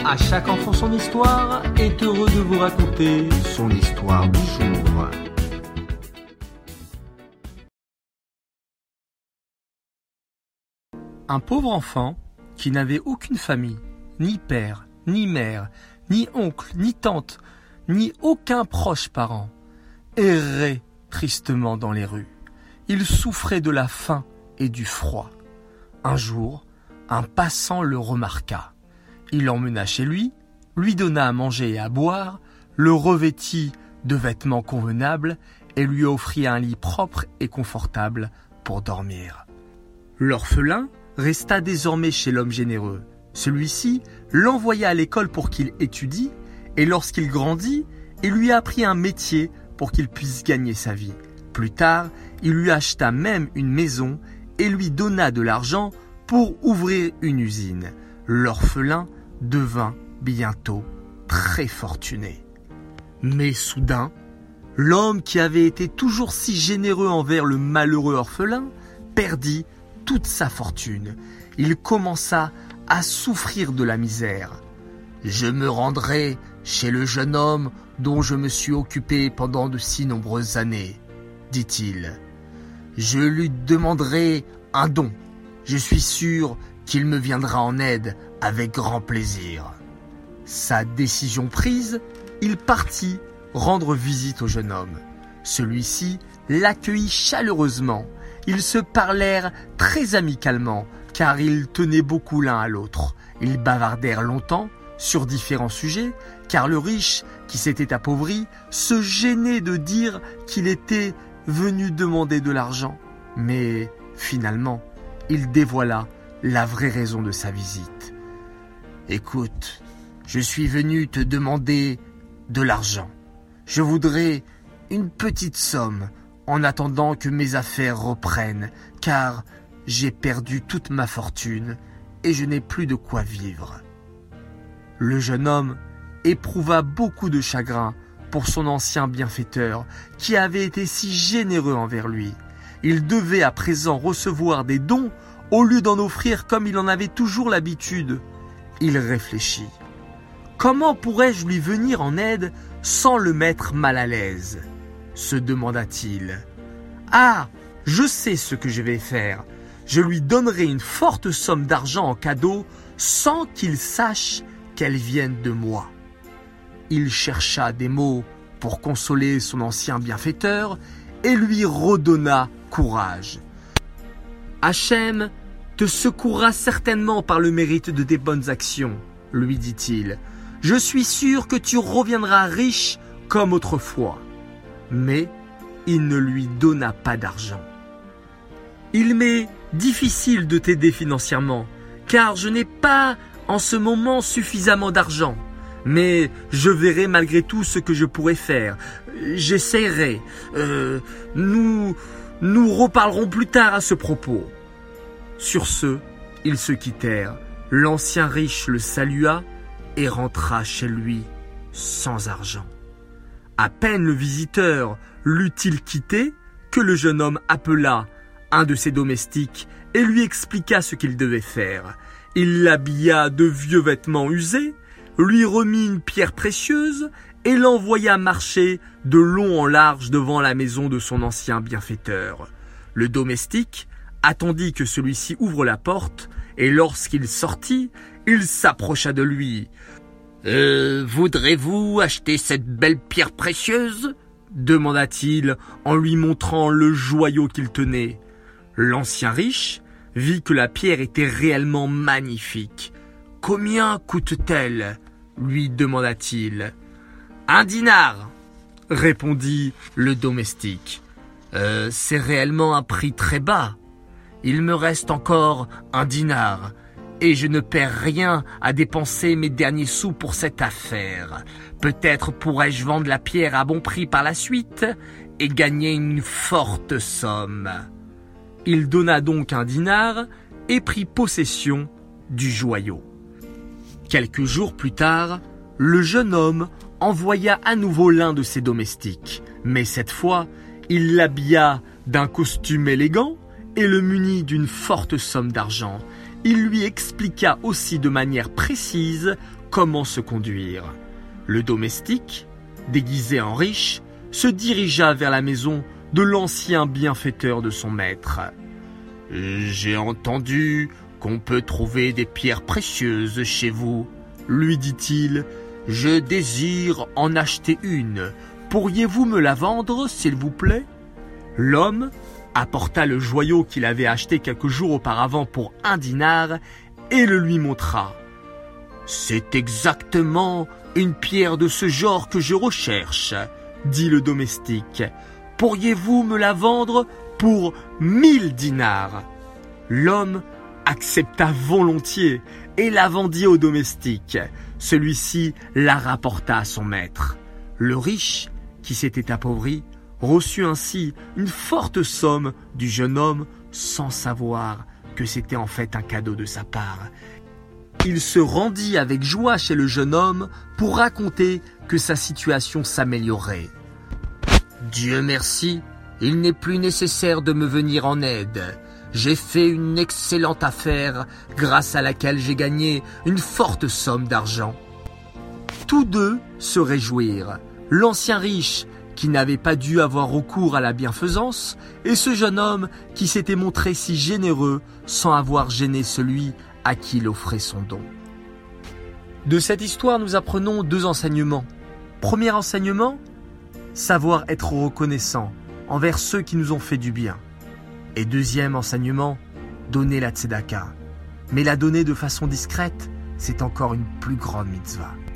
À chaque enfant son histoire est heureux de vous raconter son histoire du jour. Un pauvre enfant qui n'avait aucune famille, ni père, ni mère, ni oncle, ni tante, ni aucun proche parent, errait tristement dans les rues. Il souffrait de la faim et du froid. Un jour, un passant le remarqua. Il l'emmena chez lui donna à manger et à boire, le revêtit de vêtements convenables et lui offrit un lit propre et confortable pour dormir. L'orphelin resta désormais chez l'homme généreux. Celui-ci l'envoya à l'école pour qu'il étudie et lorsqu'il grandit, il lui apprit un métier pour qu'il puisse gagner sa vie. Plus tard, il lui acheta même une maison et lui donna de l'argent pour ouvrir une usine. L'orphelin devint bientôt très fortuné. Mais soudain, l'homme qui avait été toujours si généreux envers le malheureux orphelin perdit toute sa fortune. Il commença à souffrir de la misère. « Je me rendrai chez le jeune homme dont je me suis occupé pendant de si nombreuses années, dit-il. Je lui demanderai un don. Je suis sûr qu'il me viendra en aide avec grand plaisir. » Sa décision prise, il partit rendre visite au jeune homme. Celui-ci l'accueillit chaleureusement. Ils se parlèrent très amicalement, car ils tenaient beaucoup l'un à l'autre. Ils bavardèrent longtemps sur différents sujets, car le riche, qui s'était appauvri, se gênait de dire qu'il était venu demander de l'argent. Mais finalement, il dévoila la vraie raison de sa visite. « Écoute, je suis venu te demander de l'argent. Je voudrais une petite somme en attendant que mes affaires reprennent, car j'ai perdu toute ma fortune et je n'ai plus de quoi vivre. » Le jeune homme éprouva beaucoup de chagrin pour son ancien bienfaiteur qui avait été si généreux envers lui. Il devait à présent recevoir des dons au lieu d'en offrir comme il en avait toujours l'habitude. Il réfléchit. Comment pourrais-je lui venir en aide sans le mettre mal à l'aise ? Se demanda-t-il. Ah, je sais ce que je vais faire. Je lui donnerai une forte somme d'argent en cadeau sans qu'il sache qu'elle vienne de moi. Il chercha des mots pour consoler son ancien bienfaiteur et lui redonna courage. Hachem te secourra certainement par le mérite de tes bonnes actions, lui dit-il. Je suis sûr que tu reviendras riche comme autrefois. Mais il ne lui donna pas d'argent. Il m'est difficile de t'aider financièrement, car je n'ai pas en ce moment suffisamment d'argent. Mais je verrai malgré tout ce que je pourrai faire. J'essaierai. Nous reparlerons plus tard à ce propos. Sur ce, ils se quittèrent. L'ancien riche le salua et rentra chez lui sans argent. À peine le visiteur l'eut-il quitté que le jeune homme appela un de ses domestiques et lui expliqua ce qu'il devait faire. Il l'habilla de vieux vêtements usés, lui remit une pierre précieuse et l'envoya marcher de long en large devant la maison de son ancien bienfaiteur. Le domestique attendit que celui-ci ouvre la porte et lorsqu'il sortit, il s'approcha de lui. « Voudrez-vous acheter cette belle pierre précieuse ?» demanda-t-il en lui montrant le joyau qu'il tenait. L'ancien riche vit que la pierre était réellement magnifique. « Combien coûte-t-elle » lui demanda-t-il. « 1 dinar » répondit le domestique. « C'est réellement un prix très bas. Il me reste encore 1 dinar et je ne perds rien à dépenser mes derniers sous pour cette affaire. Peut-être pourrais-je vendre la pierre à bon prix par la suite et gagner une forte somme. » Il donna donc 1 dinar et prit possession du joyau. Quelques jours plus tard, le jeune homme envoya à nouveau l'un de ses domestiques, mais cette fois, il l'habilla d'un costume élégant et le munit d'une forte somme d'argent. il lui expliqua aussi de manière précise comment se conduire. Le domestique, déguisé en riche, se dirigea vers la maison de l'ancien bienfaiteur de son maître. « J'ai entendu qu'on peut trouver des pierres précieuses chez vous, » lui dit-il. « Je désire en acheter une. Pourriez-vous me la vendre, s'il vous plaît ?» L'homme apporta le joyau qu'il avait acheté quelques jours auparavant pour 1 dinar et le lui montra. « C'est exactement une pierre de ce genre que je recherche, » dit le domestique. « Pourriez-vous me la vendre pour 1000 dinars ?» L'homme accepta volontiers et la vendit au domestique. Celui-ci la rapporta à son maître. Le riche, qui s'était appauvri, reçut ainsi une forte somme du jeune homme sans savoir que c'était en fait un cadeau de sa part. Il se rendit avec joie chez le jeune homme pour raconter que sa situation s'améliorait. « Dieu merci, il n'est plus nécessaire de me venir en aide. J'ai fait une excellente affaire grâce à laquelle j'ai gagné une forte somme d'argent. » Tous deux se réjouirent. L'ancien riche, qui n'avait pas dû avoir recours à la bienfaisance, et ce jeune homme qui s'était montré si généreux sans avoir gêné celui à qui il offrait son don. De cette histoire, nous apprenons 2 enseignements. Premier enseignement, savoir être reconnaissant envers ceux qui nous ont fait du bien. Et deuxième enseignement, donner la tzedaka. Mais la donner de façon discrète, c'est encore une plus grande mitzvah.